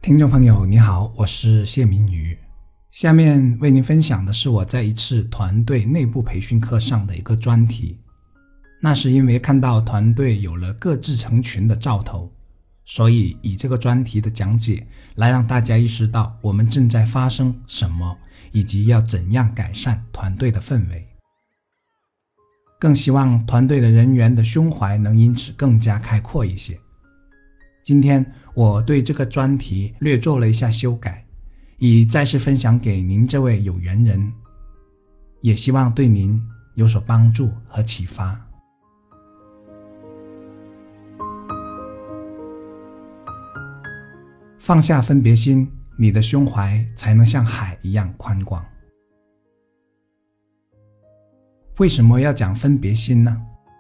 听众朋友你好，我是谢明宇。下面为您分享的是我在一次团队内部培训课上的一个专题。那是因为看到团队有了各自成群的兆头，所以以这个专题的讲解来让大家意识到我们正在发生什么，以及要怎样改善团队的氛围。更希望团队的人员的胸怀能因此更加开阔一些。今天我对这个专题略做了一下修改，以再次分享给您这位有缘人，也希望对您有所帮助和启发。放下分别心，你的胸怀才能像海一样宽广。为什么要讲分别心呢？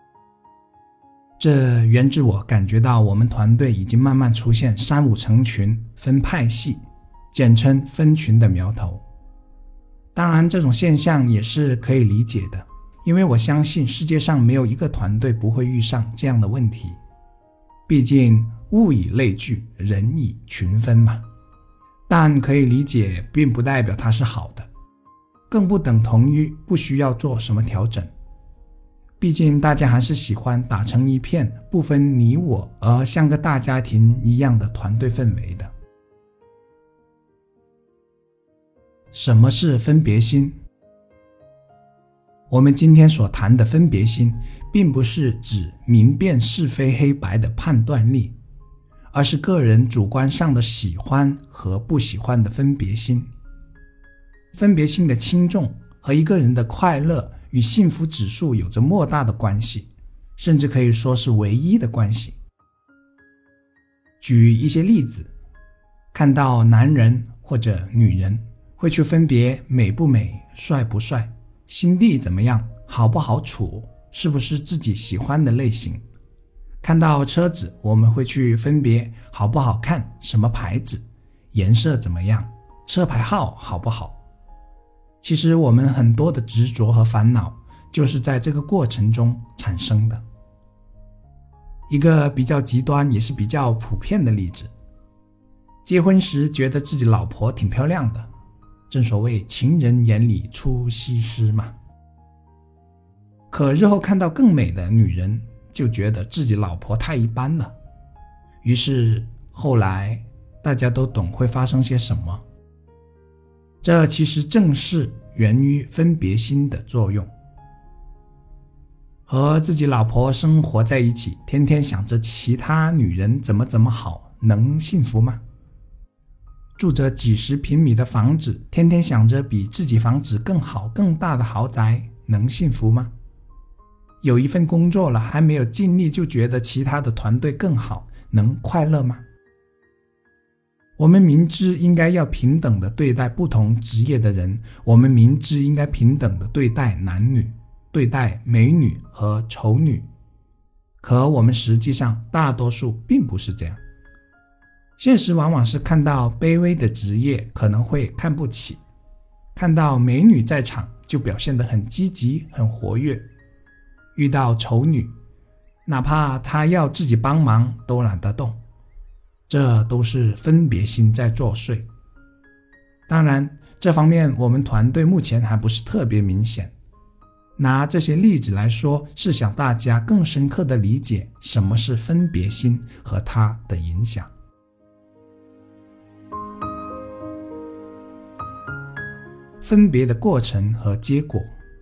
这源自我感觉到我们团队已经慢慢出现三五成群分派系，简称分群的苗头。当然这种现象也是可以理解的，因为我相信世界上没有一个团队不会遇上这样的问题。毕竟物以类聚，人以群分嘛。但可以理解并不代表它是好的，更不等同于不需要做什么调整。毕竟大家还是喜欢打成一片，不分你我，而像个大家庭一样的团队氛围的。什么是分别心？我们今天所谈的分别心，并不是指明辨是非黑白的判断力，而是个人主观上的喜欢和不喜欢的分别心。分别心的轻重和一个人的快乐与幸福指数有着莫大的关系，甚至可以说是唯一的关系。举一些例子，看到男人或者女人会去分别美不美、帅不帅、心地怎么样、好不好处、是不是自己喜欢的类型。看到车子，我们会去分别好不好看、什么牌子、颜色怎么样、车牌号好不好。其实我们很多的执着和烦恼就是在这个过程中产生的。一个比较极端也是比较普遍的例子，结婚时觉得自己老婆挺漂亮的，正所谓情人眼里出西施嘛。可日后看到更美的女人，就觉得自己老婆太一般了。于是后来大家都懂会发生些什么。这其实正是源于分别心的作用。和自己老婆生活在一起，天天想着其他女人怎么好，能幸福吗？住着几十平米的房子，天天想着比自己房子更好更大的豪宅，能幸福吗？有一份工作了，还没有尽力就觉得其他的团队更好，能快乐吗？我们明知应该要平等地对待不同职业的人，我们明知应该平等地对待男女，对待美女和丑女，可我们实际上大多数并不是这样。现实往往是看到卑微的职业可能会看不起，看到美女在场就表现得很积极很活跃，遇到丑女哪怕她要自己帮忙都懒得动。这都是分别心在作祟。当然这方面我们团队目前还不是特别明显，拿这些例子来说，是想大家更深刻地理解什么是分别心和它的影响。分别的过程和结果。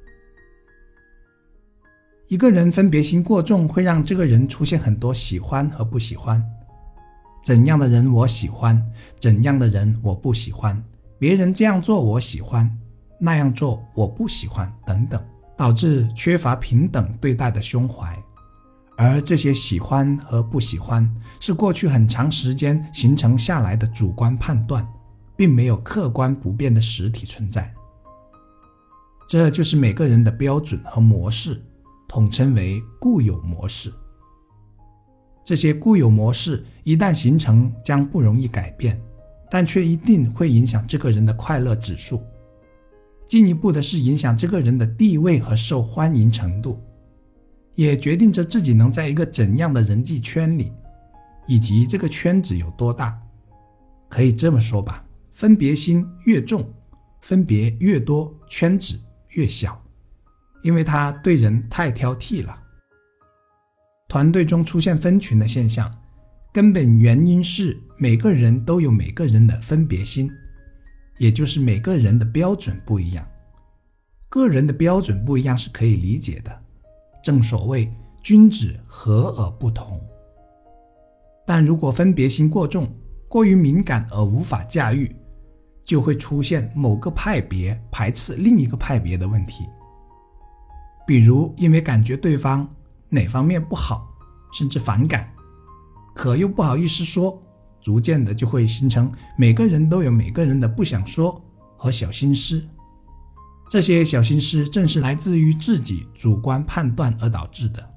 一个人分别心过重，会让这个人出现很多喜欢和不喜欢。怎样的人我喜欢，怎样的人我不喜欢，别人这样做我喜欢，那样做我不喜欢等等，导致缺乏平等对待的胸怀。而这些喜欢和不喜欢是过去很长时间形成下来的主观判断，并没有客观不变的实体存在。这就是每个人的标准和模式，统称为固有模式。这些固有模式一旦形成，将不容易改变，但却一定会影响这个人的快乐指数。进一步的是影响这个人的地位和受欢迎程度，也决定着自己能在一个怎样的人际圈里，以及这个圈子有多大。 可以这么说吧，分别心越重，分别越多，圈子越小，因为他对人太挑剔了。团队中出现分群的现象，根本原因是每个人都有每个人的分别心，也就是每个人的标准不一样。个人的标准不一样是可以理解的，正所谓君子和而不同。但如果分别心过重，过于敏感而无法驾驭，就会出现某个派别排斥另一个派别的问题。比如因为感觉对方哪方面不好，甚至反感，可又不好意思说，逐渐的就会形成每个人都有每个人的不想说和小心思。这些小心思正是来自于自己主观判断而导致的。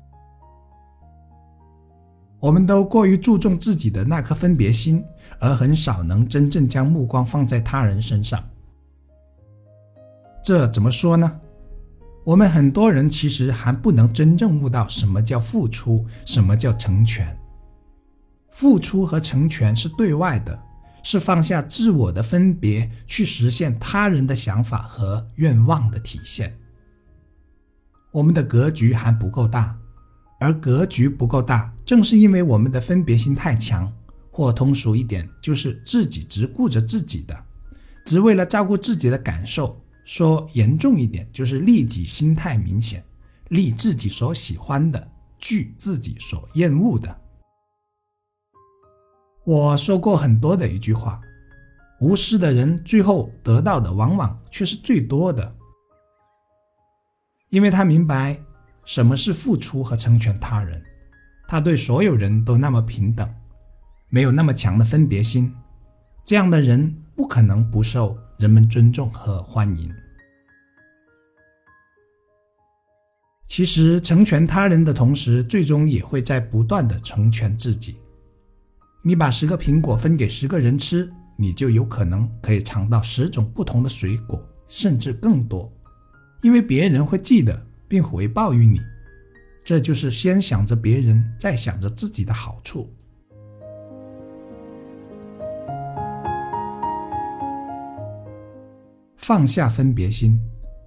我们都过于注重自己的那颗分别心，而很少能真正将目光放在他人身上。这怎么说呢？我们很多人其实还不能真正悟到什么叫付出，什么叫成全。付出和成全是对外的，是放下自我的分别，去实现他人的想法和愿望的体现。我们的格局还不够大，而格局不够大，正是因为我们的分别心太强，或通俗一点，就是自己只顾着自己的，只为了照顾自己的感受。说严重一点，就是利己心态明显，利自己所喜欢的，惧自己所厌恶的。我说过很多的一句话，无私的人最后得到的往往却是最多的，因为他明白什么是付出和成全他人，他对所有人都那么平等，没有那么强的分别心，这样的人不可能不受人们尊重和欢迎。其实成全他人的同时，最终也会在不断的成全自己。你把10个苹果分给10个人吃，你就有可能可以尝到10种不同的水果，甚至更多，因为别人会记得并回报于你。这就是先想着别人，再想着自己的好处。放下分别心。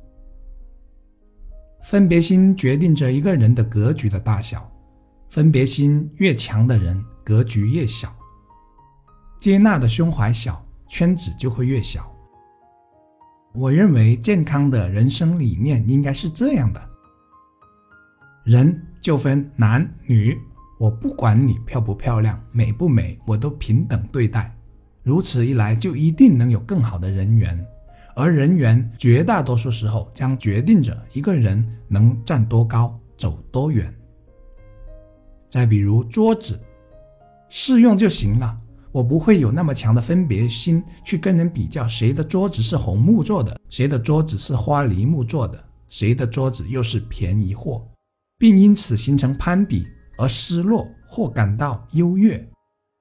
分别心决定着一个人的格局的大小，分别心越强的人，格局越小。接纳的胸怀小，圈子就会越小。我认为健康的人生理念应该是这样的：人就分男女，我不管你漂不漂亮，美不美，我都平等对待。如此一来，就一定能有更好的人缘。而人缘绝大多数时候将决定着一个人能站多高，走多远。再比如桌子，适用就行了，我不会有那么强的分别心去跟人比较谁的桌子是红木做的，谁的桌子是花梨木做的，谁的桌子又是便宜货，并因此形成攀比而失落或感到优越。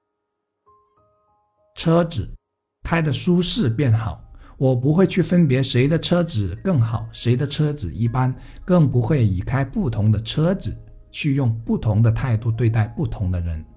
车子开得舒适便好，我不会去分别谁的车子更好，谁的车子一般，更不会以开不同的车子去用不同的态度对待不同的人。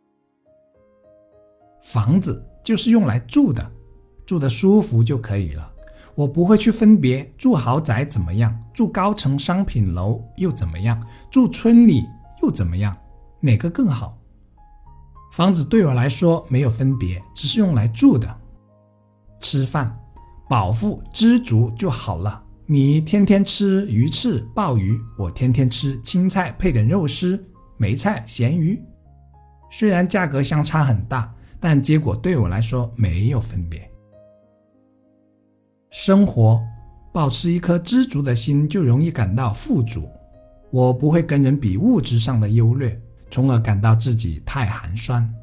房子就是用来住的，住得舒服就可以了，我不会去分别住豪宅怎么样，住高层商品楼又怎么样，住村里又怎么样，哪个更好。房子对我来说没有分别，只是用来住的。吃饭饱腹知足就好了，你天天吃鱼翅鲍鱼，我天天吃青菜配点肉丝梅菜咸鱼，虽然价格相差很大，但结果对我来说没有分别。生活保持一颗知足的心，就容易感到富足。我不会跟人比物质上的优劣，从而感到自己太寒酸。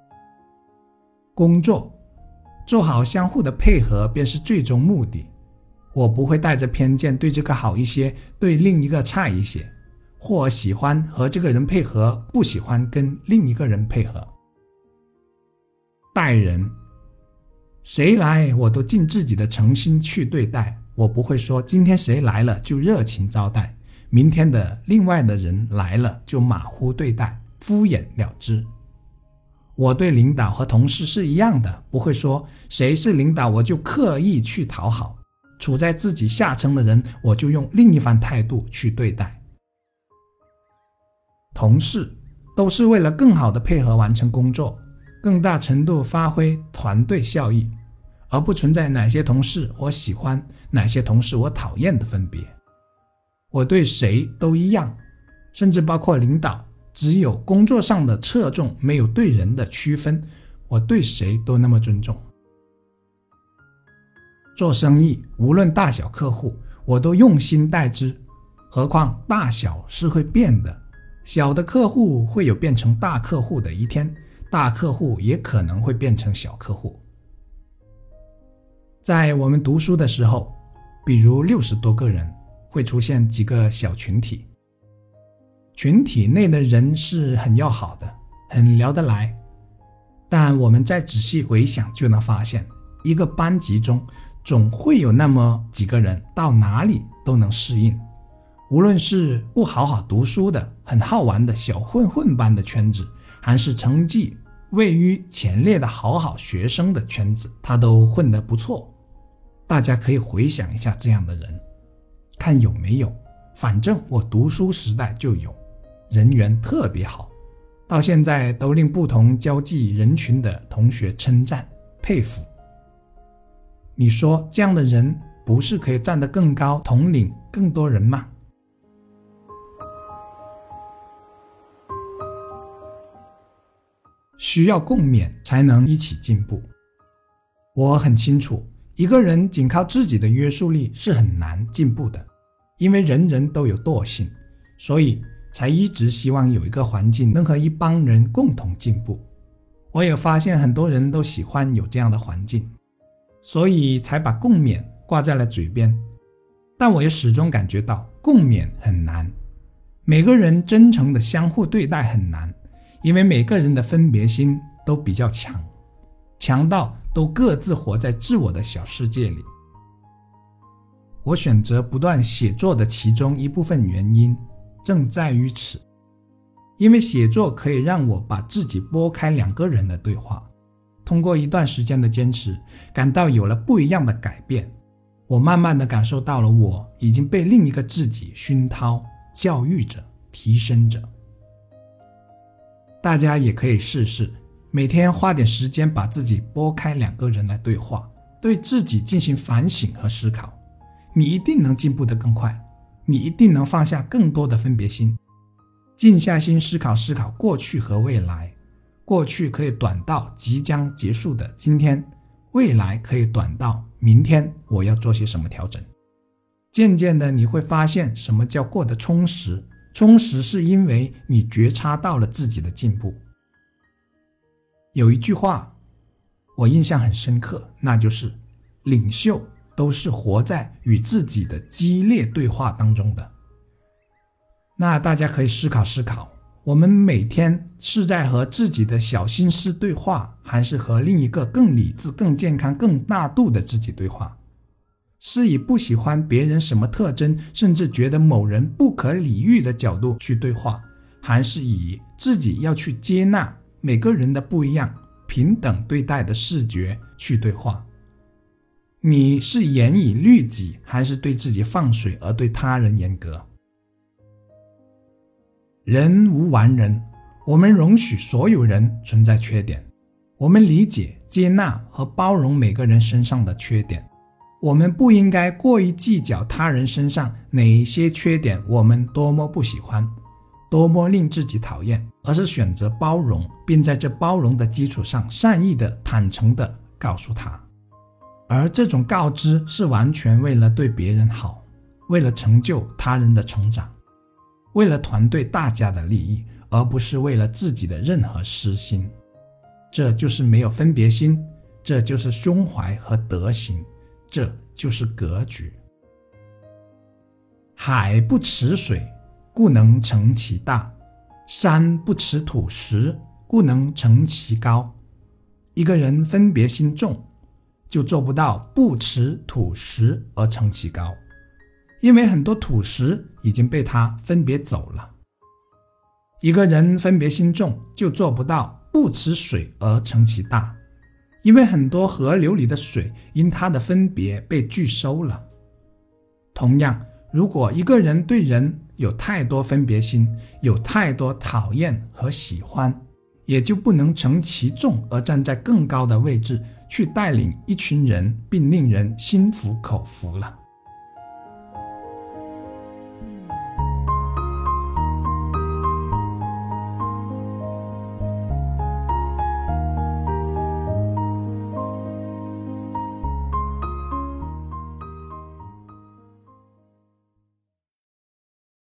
工作做好相互的配合便是最终目的，我不会带着偏见对这个好一些，对另一个差一些，或喜欢和这个人配合，不喜欢跟另一个人配合。待人，谁来我都尽自己的诚心去对待，我不会说今天谁来了就热情招待，明天的另外的人来了就马虎对待，敷衍了之。 我对领导和同事是一样的，不会说谁是领导我就刻意去讨好，处在自己下层的人我就用另一番态度去对待。同事都是为了更好的配合完成工作，更大程度发挥团队效益，而不存在哪些同事我喜欢，哪些同事我讨厌的分别。我对谁都一样，甚至包括领导，只有工作上的侧重，没有对人的区分，我对谁都那么尊重。做生意无论大小客户，我都用心待之，何况大小是会变的，小的客户会有变成大客户的一天，大客户也可能会变成小客户。在我们读书的时候，比如60多个人，会出现几个小群体，群体内的人是很要好的，很聊得来，但我们再仔细回想就能发现，一个班级中总会有那么几个人到哪里都能适应，无论是不好好读书的很好玩的小混混般的圈子，还是成绩位于前列的好学生的圈子，他都混得不错。大家可以回想一下这样的人，看有没有，反正我读书时代就有，人缘特别好，到现在都令不同交际人群的同学称赞佩服。你说这样的人不是可以站得更高，统领更多人吗？需要共勉才能一起进步。我很清楚，一个人仅靠自己的约束力是很难进步的，因为人人都有惰性，所以才一直希望有一个环境能和一帮人共同进步。我也发现很多人都喜欢有这样的环境，所以才把共勉挂在了嘴边。但我也始终感觉到共勉很难，每个人真诚的相互对待很难，因为每个人的分别心都比较强，强到都各自活在自我的小世界里。我选择不断写作的其中一部分原因正在于此，因为写作可以让我把自己拨开两个人的对话，通过一段时间的坚持，感到有了不一样的改变。我慢慢地感受到了我已经被另一个自己熏陶、教育着、提升着。大家也可以试试，每天花点时间把自己拨开两个人来对话，对自己进行反省和思考，你一定能进步得更快，你一定能放下更多的分别心，静下心思考过去和未来。过去可以短到即将结束的今天，未来可以短到明天我要做些什么调整。渐渐的你会发现什么叫过得充实，充实是因为你觉察到了自己的进步。有一句话我印象很深刻，那就是领袖都是活在与自己的激烈对话当中的。那大家可以思考，我们每天是在和自己的小心思对话，还是和另一个更理智、更健康、更大度的自己对话？是以不喜欢别人什么特征，甚至觉得某人不可理喻的角度去对话，还是以自己要去接纳每个人的不一样，平等对待的视觉去对话？你是严以律己，还是对自己放水而对他人严格？人无完人，我们容许所有人存在缺点，我们理解、接纳和包容每个人身上的缺点，我们不应该过于计较他人身上哪一些缺点我们多么不喜欢，多么令自己讨厌，而是选择包容，并在这包容的基础上善意的、坦诚的告诉他。而这种告知是完全为了对别人好，为了成就他人的成长，为了团队大家的利益，而不是为了自己的任何私心。这就是没有分别心，这就是胸怀和德行，这就是格局。海不持水，故能成其大；山不持土石，故能成其高。一个人分别心重，就做不到不持土石而成其高，因为很多土石已经被他分别走了。一个人分别心重，就做不到不吃水而成其大，因为很多河流里的水因它的分别被拒收了。同样，如果一个人对人有太多分别心，有太多讨厌和喜欢，也就不能成其众而站在更高的位置去带领一群人并令人心服口服了。